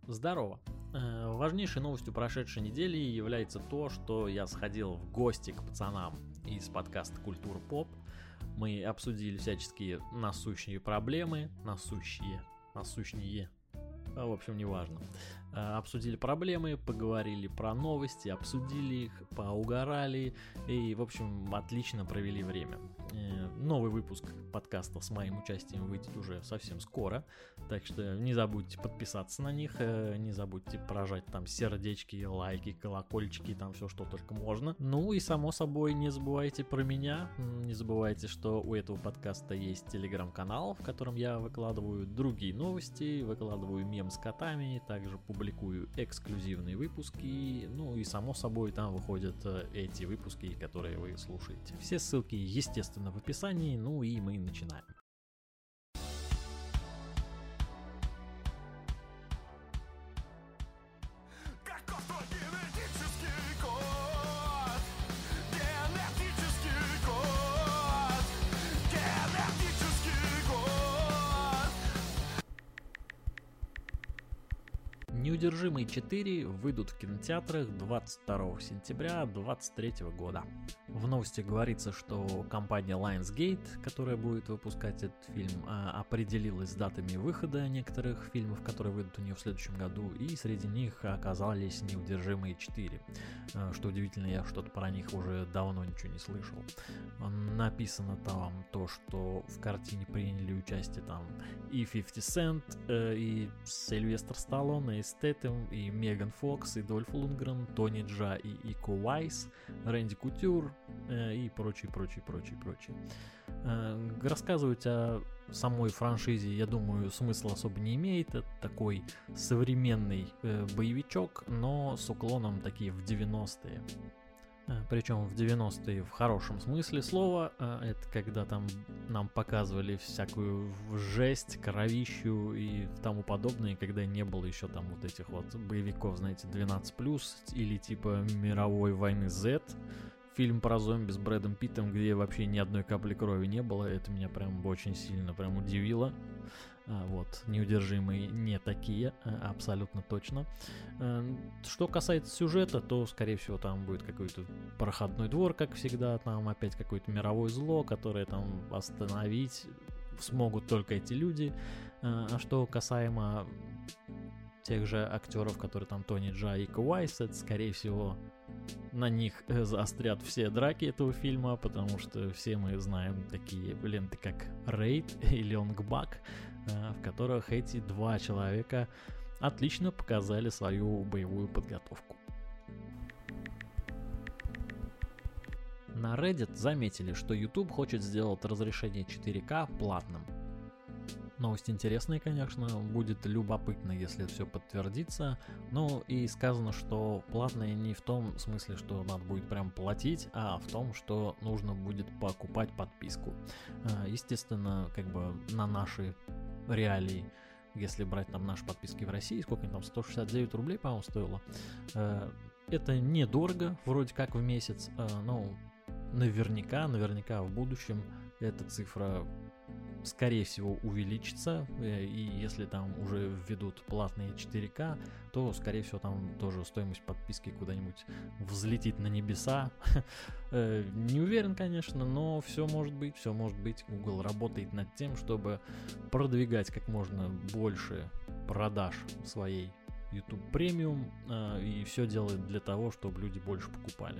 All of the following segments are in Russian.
Здорово! Важнейшей новостью прошедшей недели является то, что я сходил в гости к пацанам из подкаста «Культура Поп». Мы обсудили всяческие насущные проблемы, в общем, неважно. Обсудили проблемы, поговорили про новости, обсудили их, поугорали и, в общем, отлично провели время. Новый выпуск подкаста с моим участием выйдет уже совсем скоро, так что не забудьте подписаться на них, не забудьте прожать там сердечки, лайки, колокольчики, там все, что только можно. Ну и, само собой, не забывайте про меня, не забывайте, что у этого подкаста есть телеграм-канал, в котором я выкладываю другие новости, выкладываю мем с котами, также публикую эксклюзивные выпуски, ну и само собой там выходят эти выпуски, которые вы слушаете. Все ссылки, естественно, в описании, ну и мы начинаем. «Неудержимые 4» выйдут в кинотеатрах 22 сентября 2023 года. В новости говорится, что компания Lionsgate, которая будет выпускать этот фильм, определилась с датами выхода некоторых фильмов, которые выйдут у нее в следующем году, и среди них оказались «Неудержимые 4». Что удивительно, я что-то про них уже давно ничего не слышал. Написано там то, что в картине приняли участие там и 50 Cent, и Сильвестр Сталлоне, и Стэтэм, и Меган Фокс, и Дольф Лундгрен, Тони Джа и Ико Уайс, Рэнди Кутюр и прочие. Рассказывать о самой франшизе, я думаю, смысла особо не имеет. Это такой современный боевичок, но с уклоном такие в 90-е. Причем в 90-е в хорошем смысле слова. Это когда там нам показывали всякую жесть, кровищу и тому подобное, когда не было еще там вот этих вот боевиков, знаете, 12+, или типа «Мировой войны Z». Фильм про зомби с Брэдом Питтом, где вообще ни одной капли крови не было. Это меня прям очень сильно прям удивило. Вот, «Неудержимые» не такие, абсолютно точно. Что касается сюжета, то, скорее всего, там будет какой-то проходной двор, как всегда, там опять какое-то мировое зло, которое там остановить смогут только эти люди. А что касаемо тех же актеров, которые там Тони Джа и Ико Уайс, это, скорее всего, на них заострят все драки этого фильма, потому что все мы знаем такие ленты, как «Рейд» и «Лёнгбак», в которых эти два человека отлично показали свою боевую подготовку. На Reddit заметили, что YouTube хочет сделать разрешение 4К платным. Новость интересная, конечно, будет любопытно, если это все подтвердится. Ну и сказано, что платное не в том смысле, что надо будет прям платить, а в том, что нужно будет покупать подписку. Естественно, как бы на наши реалии, если брать там наши подписки в России, сколько там, 169 рублей, по-моему, стоило. Это недорого, вроде как в месяц, но наверняка в будущем эта цифра скорее всего увеличится, и если там уже введут платные 4К, то скорее всего там тоже стоимость подписки куда-нибудь взлетит на небеса. Не уверен, конечно, но все может быть. Google работает над тем, чтобы продвигать как можно больше продаж своей YouTube Premium, и все делает для того, чтобы люди больше покупали.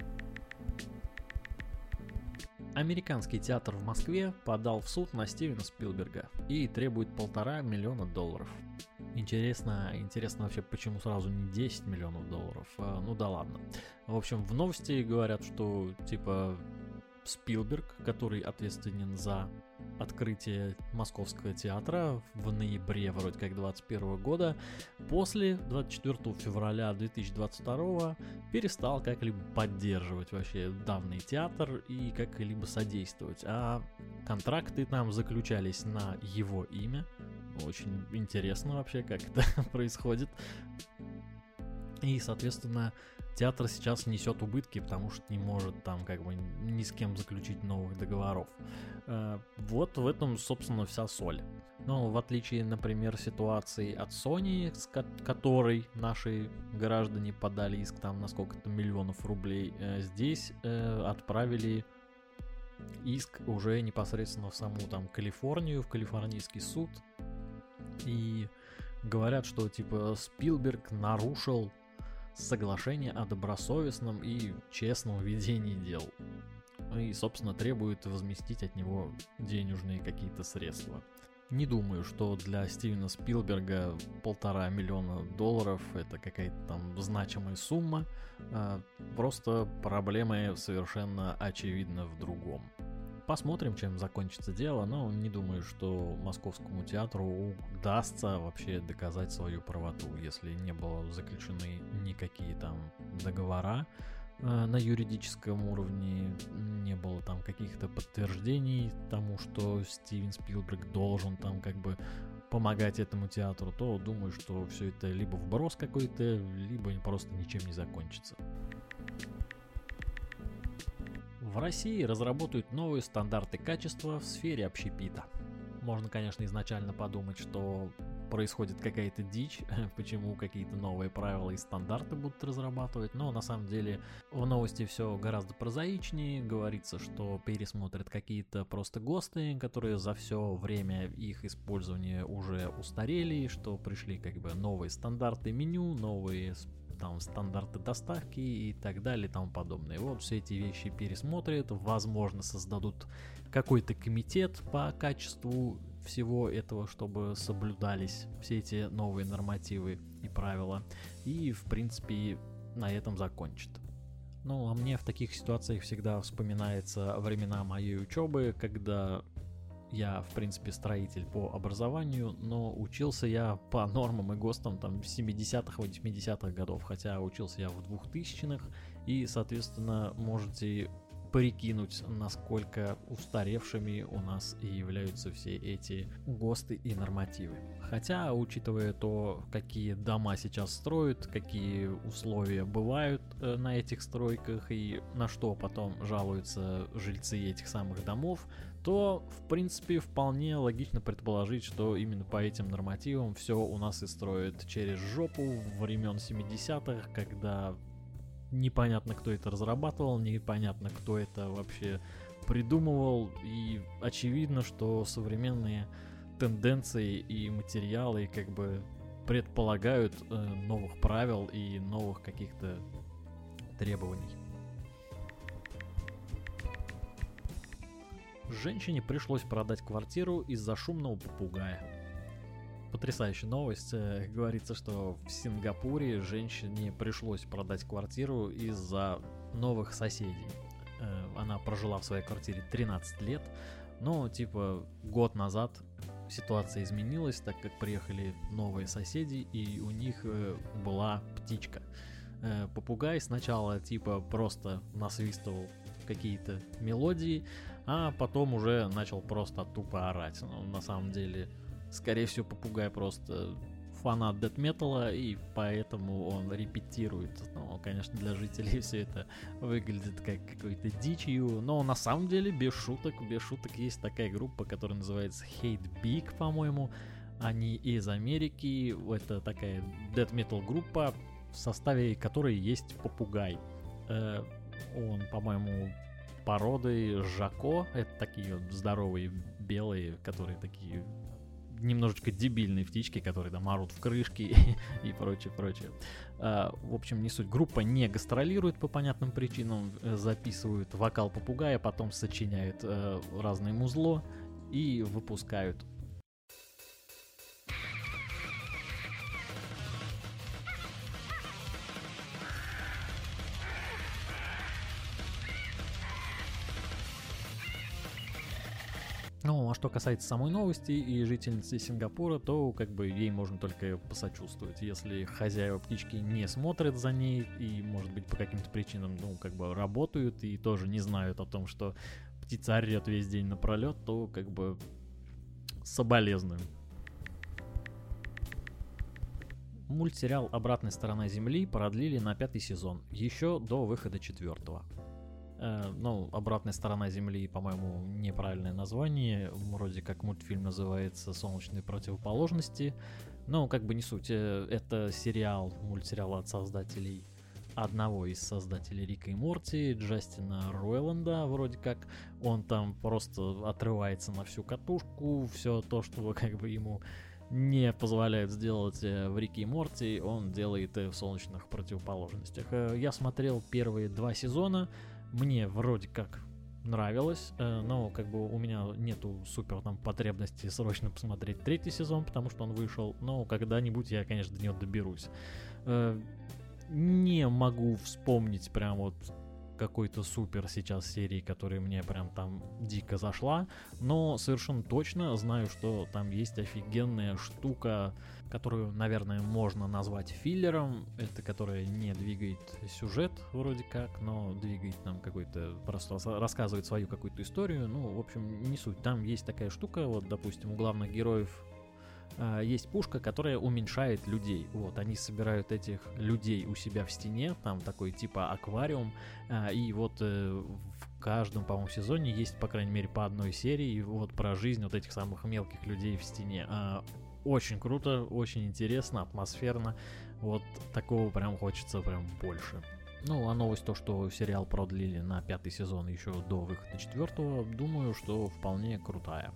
Американский театр в Москве подал в суд на Стивена Спилберга и требует $1,5 миллиона. Интересно вообще, почему сразу не $10 миллионов? Ну да ладно. В общем, в новости говорят, что типа Спилберг, который ответственен за открытие Московского театра в ноябре вроде как 2021 года, после 24 февраля 2022 перестал как-либо поддерживать вообще данный театр и как-либо содействовать. А контракты там заключались на его имя. Очень интересно вообще, как это происходит. И, соответственно, театр сейчас несет убытки, потому что не может там как бы ни с кем заключить новых договоров. Вот в этом, собственно, вся соль. Но в отличие, например, ситуации от Sony, с которой наши граждане подали иск там на сколько-то миллионов рублей, здесь отправили иск уже непосредственно в саму там Калифорнию, в калифорнийский суд. И говорят, что типа Спилберг нарушил соглашение о добросовестном и честном ведении дел. И, собственно, требует возместить от него денежные какие-то средства. Не думаю, что для Стивена Спилберга $1,5 миллиона это какая-то там значимая сумма. Просто проблема совершенно очевидна в другом. Посмотрим, чем закончится дело, но не думаю, что Московскому театру удастся вообще доказать свою правоту, если не было заключены никакие там договора на юридическом уровне, не было там каких-то подтверждений тому, что Стивен Спилберг должен там как бы помогать этому театру, то думаю, что все это либо вброс какой-то, либо просто ничем не закончится. В России разработают новые стандарты качества в сфере общепита. Можно, конечно, изначально подумать, что происходит какая-то дичь, почему какие-то новые правила и стандарты будут разрабатывать, но на самом деле в новости все гораздо прозаичнее. Говорится, что пересмотрят какие-то просто ГОСТы, которые за все время их использования уже устарели, что пришли как бы новые стандарты меню, новые там стандарты доставки и так далее и тому подобное. Вот все эти вещи пересмотрят, возможно, создадут какой-то комитет по качеству всего этого, чтобы соблюдались все эти новые нормативы и правила. И, в принципе, на этом закончат. Ну, а мне в таких ситуациях всегда вспоминаются времена моей учебы, когда я, в принципе, строитель по образованию, но учился я по нормам и ГОСТам там 70-х, 80-х годов, хотя учился я в 2000-х, и, соответственно, можете прикинуть, насколько устаревшими у нас и являются все эти ГОСТы и нормативы. Хотя, учитывая то, какие дома сейчас строят, какие условия бывают на этих стройках и на что потом жалуются жильцы этих самых домов, то, в принципе, вполне логично предположить, что именно по этим нормативам все у нас и строят через жопу времен 70-х, когда непонятно, кто это разрабатывал, непонятно, кто это вообще придумывал, и очевидно, что современные тенденции и материалы как бы предполагают новых правил и новых каких-то требований. Женщине пришлось продать квартиру из-за шумного попугая. Потрясающая новость. Говорится, что в Сингапуре женщине пришлось продать квартиру из-за новых соседей. Она прожила в своей квартире 13 лет, но типа год назад ситуация изменилась, так как приехали новые соседи, и у них была птичка. Попугай сначала типа просто насвистывал какие-то мелодии, а потом уже начал просто тупо орать. Но на самом деле, скорее всего, попугай просто фанат дэт-металла, и поэтому он репетирует. Но, конечно, для жителей все это выглядит как какой-то дичью, но на самом деле, без шуток, есть такая группа, которая называется Hate Big, по-моему. Они из Америки, это такая дэт-метал группа, в составе которой есть попугай. Он, по-моему, породы Жако, это такие вот здоровые белые, которые такие немножечко дебильные птички, которые там орут в крышки и прочее. В общем, не суть. Группа не гастролирует по понятным причинам, записывают вокал попугая, потом сочиняют разное музло и выпускают. Ну, а что касается самой новости и жительницы Сингапура, то как бы ей можно только посочувствовать. Если хозяева птички не смотрят за ней и, может быть, по каким-то причинам, ну, как бы работают и тоже не знают о том, что птица орет весь день напролет, то как бы соболезную. Мультсериал «Обратная сторона Земли» продлили на 5-й сезон, еще до выхода 4-го. «Обратная сторона Земли», по-моему, неправильное название, вроде как мультфильм называется «Солнечные противоположности», но как бы не суть, это мультсериал от создателей, одного из создателей Рика и Морти, Джастина Ройланда, вроде как. Он там просто отрывается на всю катушку, все то, что как бы ему не позволяет сделать в Рике и Морти, он делает в «Солнечных противоположностях». Я смотрел первые 2 сезона, мне вроде как нравилось, но как бы у меня нету супер там потребности срочно посмотреть 3-й сезон, потому что он вышел, но когда-нибудь я, конечно, до него доберусь. Не могу вспомнить прям вот какой-то супер сейчас серии, которая мне прям там дико зашла, но совершенно точно знаю, что там есть офигенная штука, которую, наверное, можно назвать филлером, это которая не двигает сюжет вроде как, но двигает нам какой-то, просто рассказывает свою какую-то историю, в общем, не суть. Там есть такая штука, вот, допустим, у главных героев есть пушка, которая уменьшает людей. Вот, они собирают этих людей у себя в стене, там такой типа аквариум, и вот в каждом, по-моему, сезоне есть, по крайней мере, по одной серии вот про жизнь вот этих самых мелких людей в стене. Очень круто, очень интересно, атмосферно. Вот такого прям хочется прям больше. А новость то, что сериал продлили на 5-й сезон еще до выхода 4-го, думаю, что вполне крутая.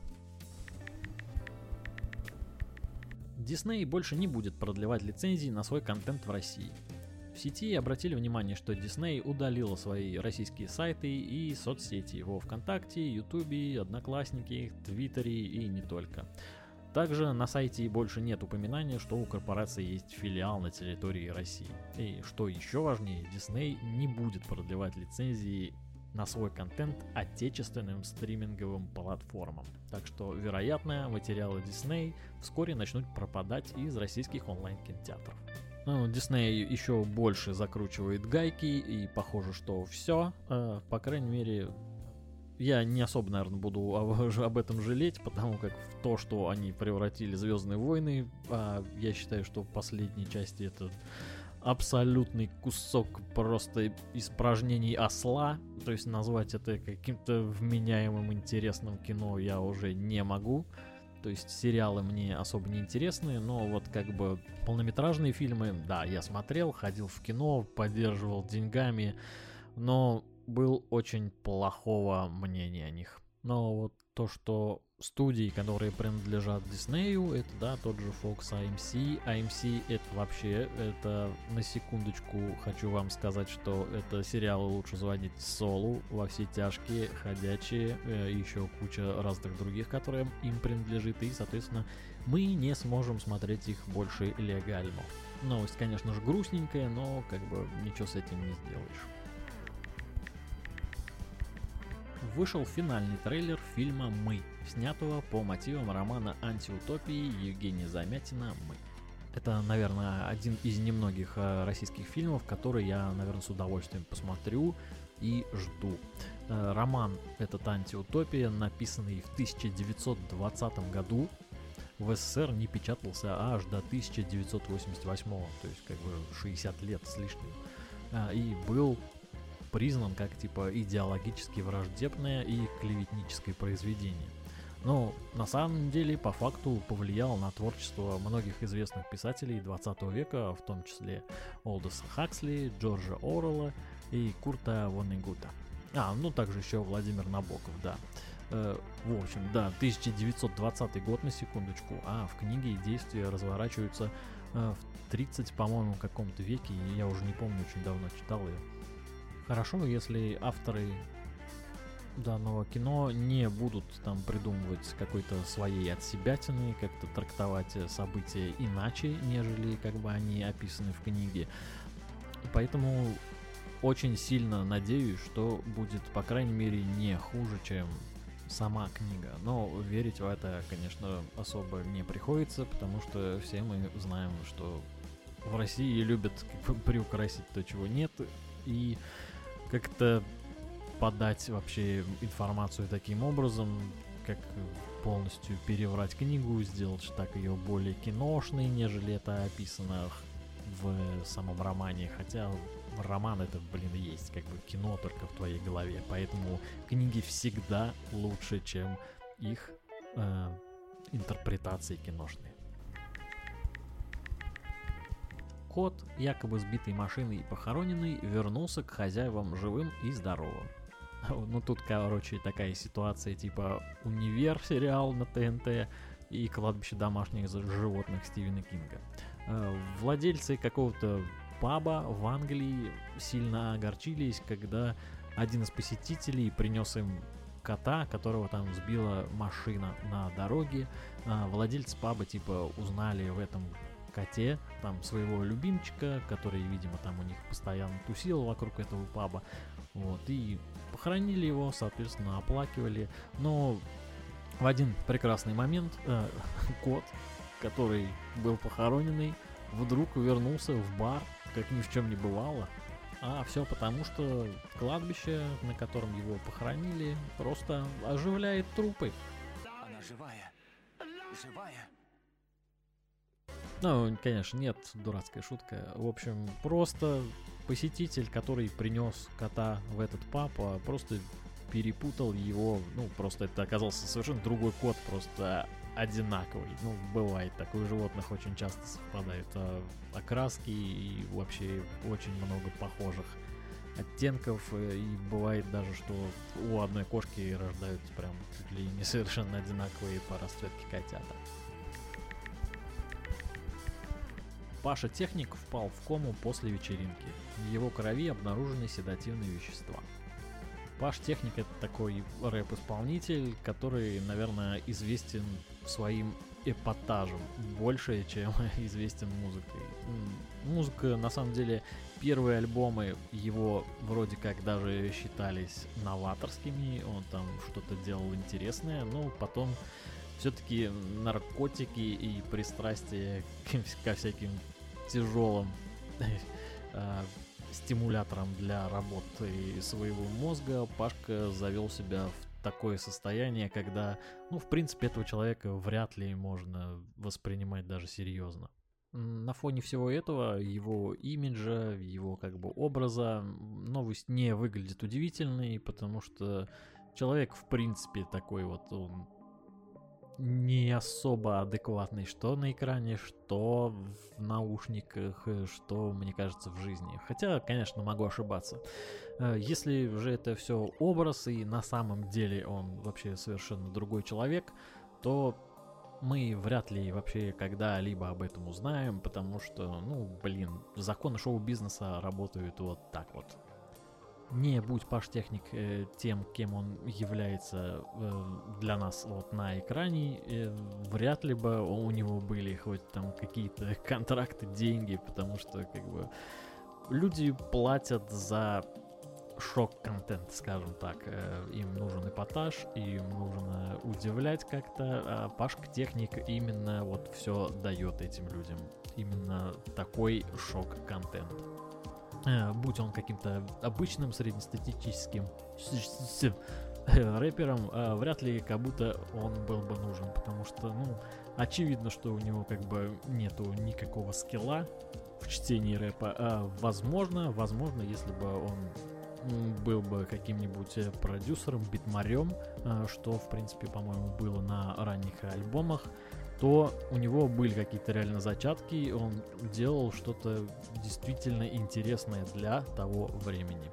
Дисней больше не будет продлевать лицензии на свой контент в России. В сети обратили внимание, что Дисней удалила свои российские сайты и соцсети во ВКонтакте, Ютубе, Одноклассники, Твиттере и не только. Также на сайте больше нет упоминания, что у корпорации есть филиал на территории России. И что еще важнее, Дисней не будет продлевать лицензии на свой контент отечественным стриминговым платформам. Так что, вероятно, материалы Disney вскоре начнут пропадать из российских онлайн-кинотеатров. Disney еще больше закручивает гайки, и похоже, что все. По крайней мере, я не особо, наверное, буду об этом жалеть, потому как в то, что они превратили «Звездные войны», я считаю, что в последней части это абсолютный кусок просто испражнений осла. То есть назвать это каким-то вменяемым интересным кино я уже не могу. То есть сериалы мне особо не интересны, но вот как бы полнометражные фильмы, да, я смотрел, ходил в кино, поддерживал деньгами, но был очень плохого мнения о них. Но вот то, что студии, которые принадлежат Диснею, это, да, тот же Fox, AMC. AMC это вообще, это, на секундочку, хочу вам сказать, что это сериалы лучше звонить Солу, Во все тяжкие, Ходячие, еще куча разных других, которые им принадлежит, и, соответственно, мы не сможем смотреть их больше легально. Новость, конечно же, грустненькая, но как бы ничего с этим не сделаешь. Вышел финальный трейлер фильма «Мы», снятого по мотивам романа антиутопии Евгения Замятина «Мы». Это, наверное, один из немногих российских фильмов, который я, наверное, с удовольствием посмотрю и жду. Роман этот «Антиутопия», написанный в 1920 году, в СССР не печатался аж до 1988, то есть как бы 60 лет с лишним, и был признан как типа идеологически враждебное и клеветническое произведение. Но на самом деле по факту повлиял на творчество многих известных писателей 20 века, в том числе Олдоса Хаксли, Джорджа Оруэлла и Курта Воннегута. Также еще Владимир Набоков, да. В общем, да, 1920 год, на секундочку, а в книге действия разворачиваются в 30, по-моему, каком-то веке, и я уже не помню, очень давно читал ее. Хорошо, если авторы данного кино не будут там придумывать какой-то своей отсебятины, как-то трактовать события иначе, нежели как бы они описаны в книге. Поэтому очень сильно надеюсь, что будет, по крайней мере, не хуже, чем сама книга. Но верить в это, конечно, особо не приходится, потому что все мы знаем, что в России любят как бы приукрасить то, чего нет, и как-то подать вообще информацию таким образом как полностью переврать книгу, сделать так ее более киношной, нежели это описано в самом романе. Хотя роман это, есть как бы кино только в твоей голове. Поэтому книги всегда лучше, чем их интерпретации киношные. Кот, якобы сбитый машиной и похороненный, вернулся к хозяевам живым и здоровым. Ну тут, такая ситуация типа «Универ» сериал на ТНТ и «Кладбище домашних животных» Стивена Кинга. Владельцы какого-то паба в Англии сильно огорчились, когда один из посетителей принес им кота, которого там сбила машина на дороге. Владельцы паба узнали в этом коте там своего любимчика, который, видимо, там у них постоянно тусил вокруг этого паба. И похоронили его, соответственно, оплакивали. Но в один прекрасный момент кот, который был похороненный, вдруг вернулся в бар, как ни в чем не бывало. А все потому, что кладбище, на котором его похоронили, просто оживляет трупы. Она живая. Живая. Ну, конечно, нет, дурацкая шутка. В общем, просто посетитель, который принес кота в этот паб, просто перепутал его. Просто это оказался совершенно другой кот, просто одинаковый. Бывает такое, у животных очень часто совпадают окраски и вообще очень много похожих оттенков. И бывает даже, что у одной кошки рождаются прям чуть ли не совершенно одинаковые по расцветке котята. Паша Техник впал в кому после вечеринки. В его крови обнаружены седативные вещества. Паш Техник — это такой рэп-исполнитель, который, наверное, известен своим эпатажем больше, чем известен музыкой. Музыка, на самом деле, первые альбомы его вроде как даже считались новаторскими, он там что-то делал интересное, но потом все-таки наркотики и пристрастие ко всяким тяжелым стимулятором для работы своего мозга, Пашка завел себя в такое состояние, когда, в принципе, этого человека вряд ли можно воспринимать даже серьезно. На фоне всего этого, его имиджа, его образа, новость не выглядит удивительной, потому что человек, в принципе, такой он не особо адекватный, что на экране, что в наушниках, что, мне кажется, в жизни. Хотя, конечно, могу ошибаться. Если же это все образ, и на самом деле он вообще совершенно другой человек, то мы вряд ли вообще когда-либо об этом узнаем, потому что, законы шоу-бизнеса работают вот так вот. Не будь Паш Техник тем, кем он является для нас на экране, вряд ли бы у него были хоть там какие-то контракты, деньги, потому что люди платят за шок-контент, скажем так. Им нужен эпатаж, им нужно удивлять как-то, а Пашка Техник именно все дает этим людям. Именно такой шок-контент. Будь он каким-то обычным среднестатистическим рэпером, вряд ли как будто он был бы нужен, потому что, очевидно, что у него нету никакого скилла в чтении рэпа. Возможно, если бы он был бы каким-нибудь продюсером, битмарем, что, в принципе, по-моему, было на ранних альбомах, то у него были какие-то реально зачатки, он делал что-то действительно интересное для того времени.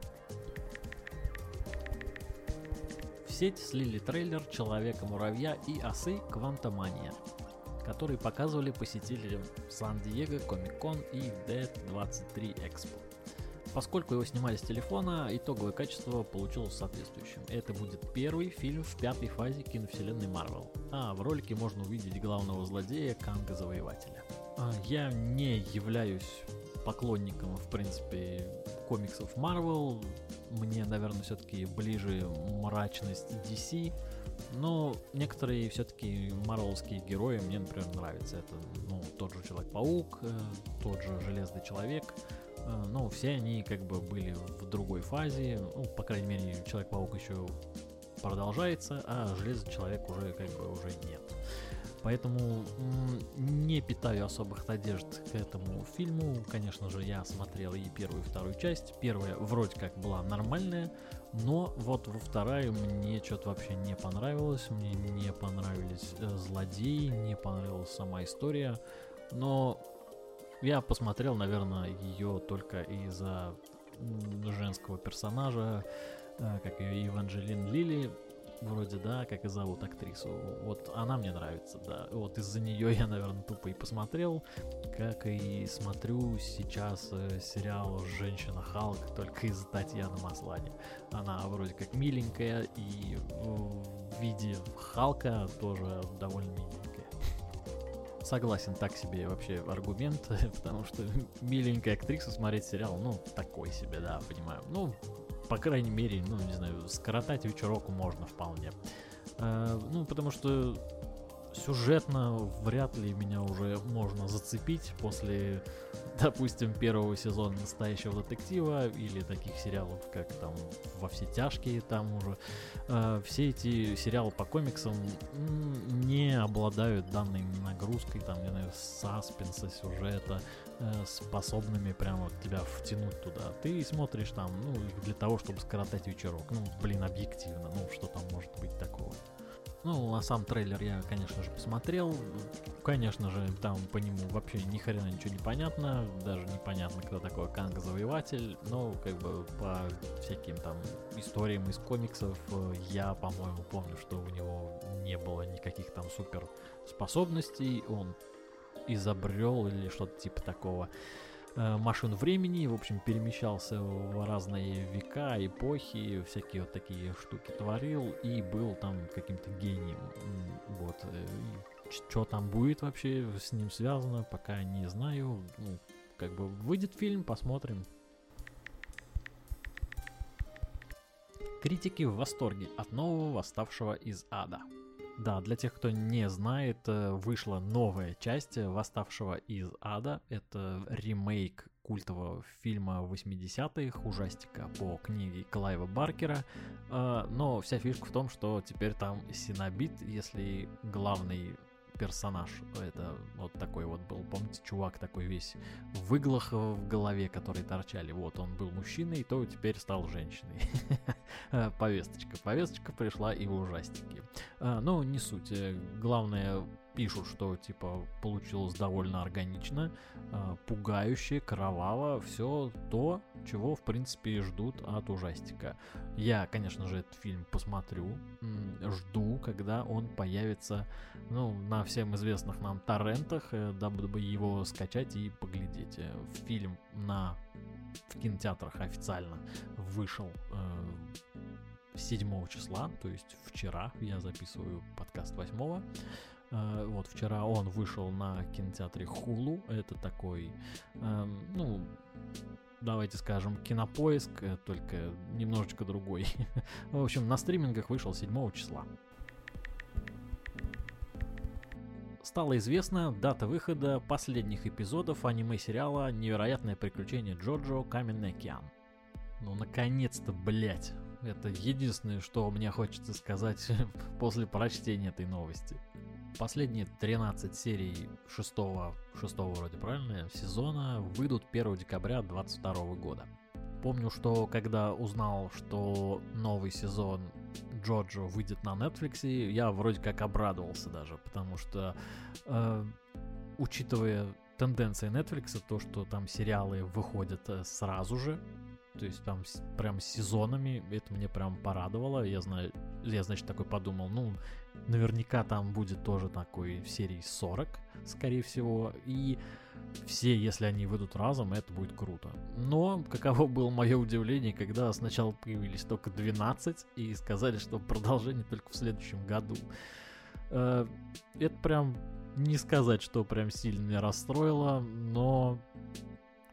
В сеть слили трейлер «Человека-муравья» и «Осы. Квантомания», который показывали посетителям Сан-Диего Комик-Кон и D23 Expo. Поскольку его снимали с телефона, итоговое качество получилось соответствующим. Это будет первый фильм в пятой фазе киновселенной Marvel. А в ролике можно увидеть главного злодея Канга Завоевателя. Я не являюсь поклонником, в принципе, комиксов Marvel. Мне, наверное, все-таки ближе мрачность DC. Но некоторые все-таки марвеловские герои мне, например, нравятся. Это, тот же Человек-паук, тот же Железный Человек. Но все они были в другой фазе. По крайней мере, Человек-паук еще продолжается, а Железный человек уже как бы уже нет. Поэтому не питаю особых надежд к этому фильму. Конечно же, я смотрел и первую, и вторую часть. Первая вроде как была нормальная, но вот во второй мне что-то вообще не понравилось. Мне не понравились злодеи, не понравилась сама история. Но я посмотрел, наверное, ее только из-за женского персонажа, как ее Эванжелин Лили. Вроде, да, как и зовут актрису. Вот она мне нравится, да. Вот из-за нее я, наверное, тупо и посмотрел. Как и смотрю сейчас сериал «Женщина Халк», только из-за Татьяны Маслани. Она вроде как миленькая, и в виде Халка тоже довольно миленькая. Согласен, так себе вообще аргумент, потому что миленькая актриса смотреть сериал, ну, такой себе, да, понимаю. Ну, по крайней мере, ну, не знаю, скоротать вечерок можно вполне. Ну, потому что сюжетно вряд ли меня уже можно зацепить после, допустим, первого сезона «Настоящего детектива» или таких сериалов, как там «Во все тяжкие», там уже. Все эти сериалы по комиксам не обладают данной нагрузкой, там, не знаю, саспенса, сюжета, способными прямо тебя втянуть туда. Ты смотришь там, ну, для того, чтобы скоротать вечерок. Ну, блин, объективно, ну, что там может быть такого? Ну, а сам трейлер я, конечно же, посмотрел. Конечно же, там по нему вообще ни хрена ничего не понятно. Даже непонятно, кто такой Канг-завоеватель. Но, как бы, по всяким там историям из комиксов я, по-моему, помню, что у него не было никаких там супер способностей. Он изобрел или что-то типа такого машину времени, в общем, перемещался в разные века, эпохи, всякие вот такие штуки творил и был там каким-то гением. Вот. Что там будет вообще с ним связано, пока не знаю. Ну, как бы выйдет фильм, посмотрим. Критики в восторге от нового «Восставшего из ада». Да, для тех, кто не знает, вышла новая часть «Восставшего из ада». Это ремейк культового фильма 80-х, ужастика по книге Клайва Баркера. Но вся фишка в том, что теперь там Синобит, если главный персонаж, это вот такой вот был, помните, чувак такой весь в иглах в голове, которые торчали, вот он был мужчиной, то теперь стал женщиной. Повесточка пришла и в ужастике. Но не суть, главное, пишут, что типа получилось довольно органично, пугающе, кроваво, все то, чего в принципе ждут от ужастика. Я, конечно же, этот фильм посмотрю, жду, когда он появится, ну, на всем известных нам торрентах, дабы его скачать и поглядеть. Фильм в кинотеатрах официально вышел 7 числа, то есть вчера, я записываю подкаст 8. Вот вчера он вышел на кинотеатре Hulu, это такой, ну, давайте скажем, Кинопоиск, только немножечко другой. В общем, на стримингах вышел 7 числа. Стала известна дата выхода последних эпизодов аниме-сериала «Невероятное приключение Джоджо. Каменный океан». Ну, наконец-то, блять. Это единственное, что мне хочется сказать после прочтения этой новости. Последние 13 серий 6-го вроде правильно, сезона выйдут 1 декабря 2022 года. Помню, что когда узнал, что новый сезон Джоджо выйдет на Netflix, я вроде как обрадовался даже, потому что, учитывая тенденции Netflix, то, что там сериалы выходят сразу же, то есть там прям сезонами, это мне прям порадовало. Я, значит, такой подумал, ну, наверняка там будет тоже такой в серии 40, скорее всего, и все, если они выйдут разом, это будет круто. Но каково было мое удивление, когда сначала появились только 12 и сказали, что продолжение только в следующем году. Это прям не сказать, что прям сильно меня расстроило, но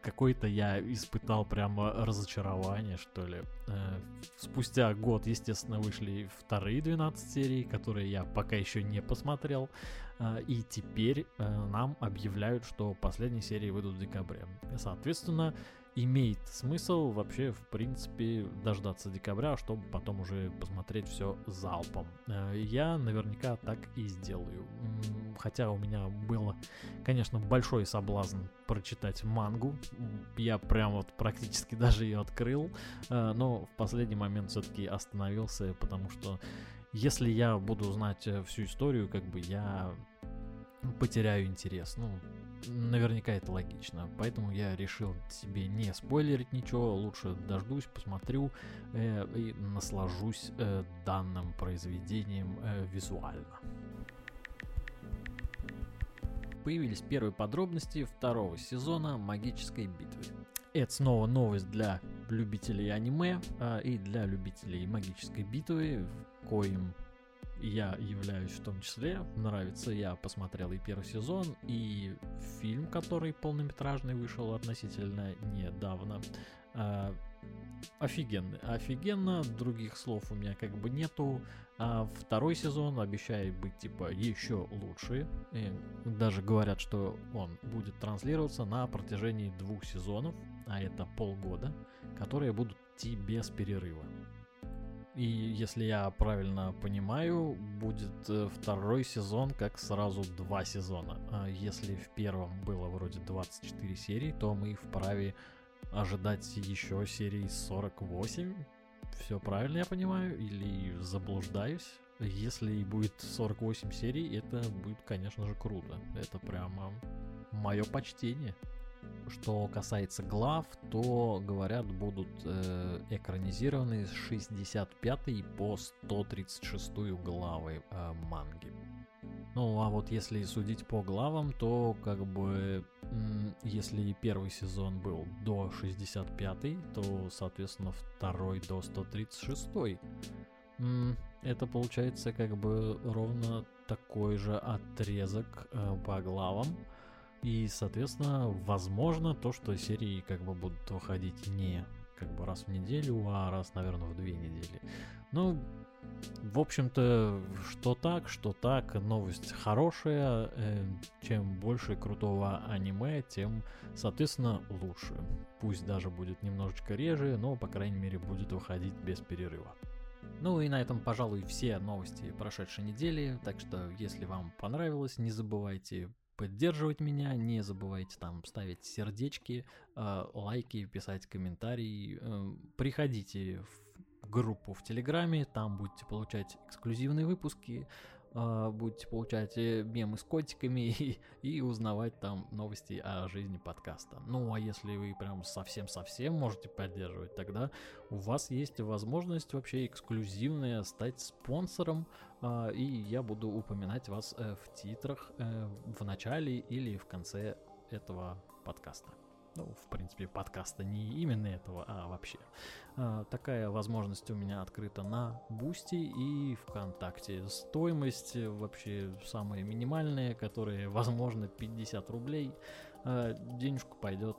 какой-то я испытал прямо разочарование, что ли. Спустя год, естественно, вышли вторые 12 серий, которые я пока еще не посмотрел. И теперь нам объявляют, что последние серии выйдут в декабре. Соответственно, имеет смысл вообще, в принципе, дождаться декабря, чтобы потом уже посмотреть все залпом. Я наверняка так и сделаю. Хотя у меня было, конечно, большой соблазн прочитать мангу. Я прям вот практически даже ее открыл. Но в последний момент все-таки остановился, потому что если я буду знать всю историю, как бы я потеряю интерес. Ну, наверняка это логично. Поэтому я решил себе не спойлерить ничего. Лучше дождусь, посмотрю и наслажусь данным произведением визуально. Появились первые подробности второго сезона «Магической битвы». Это снова новость для любителей аниме и для любителей «Магической битвы», в коим я являюсь в том числе. Нравится, я посмотрел и первый сезон, и фильм, который полнометражный вышел относительно недавно. Офигенно, других слов у меня как бы нету. Второй сезон обещает быть типа еще лучше. И даже говорят, что он будет транслироваться на протяжении 2 сезонов, а это полгода, которые будут идти без перерыва. И если я правильно понимаю, будет второй сезон как сразу 2 сезона. А если в первом было вроде 24 серии, то мы вправе ожидать еще серии 48. Все правильно я понимаю или заблуждаюсь? Если будет 48 серий, это будет, конечно же, круто. Это прямо мое почтение. Что касается глав, то, говорят, будут экранизированы с 65 по 136 главы манги. Ну, а вот если судить по главам, то как бы если первый сезон был до 65, то, соответственно, второй до 136. Это получается как бы ровно такой же отрезок по главам. И, соответственно, возможно то, что серии как бы будут выходить не как бы раз в неделю, а раз, наверное, в 2 недели. Ну, в общем-то, что так, новость хорошая. Чем больше крутого аниме, тем, соответственно, лучше. Пусть даже будет немножечко реже, но, по крайней мере, будет выходить без перерыва. Ну и на этом, пожалуй, все новости прошедшей недели. Так что, если вам понравилось, не забывайте поддерживать меня, не забывайте там ставить сердечки, лайки, писать комментарии. Приходите в группу в Телеграме, там будете получать эксклюзивные выпуски, будете получать мемы с котиками и узнавать там новости о жизни подкаста. Ну, а если вы прям совсем-совсем можете поддерживать, тогда у вас есть возможность вообще эксклюзивная стать спонсором, и я буду упоминать вас в титрах в начале или в конце этого подкаста. Ну, в принципе, подкаста не именно этого, а вообще. Такая возможность у меня открыта на Бусти и ВКонтакте. Стоимость вообще самая минимальная, которая, возможно, 50 рублей. Денежка пойдет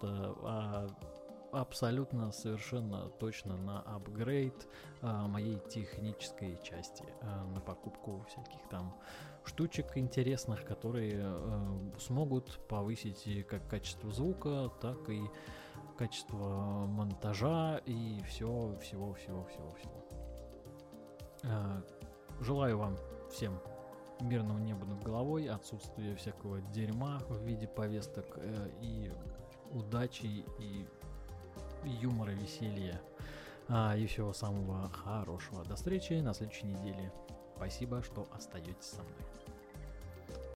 абсолютно, совершенно точно на апгрейд моей технической части, на покупку всяких там штучек интересных, которые смогут повысить как качество звука, так и качество монтажа и всего. Желаю вам всем мирного неба над головой, отсутствия всякого дерьма в виде повесток и удачи и юмора, веселья и всего самого хорошего. До встречи на следующей неделе. Спасибо, что остаетесь со мной.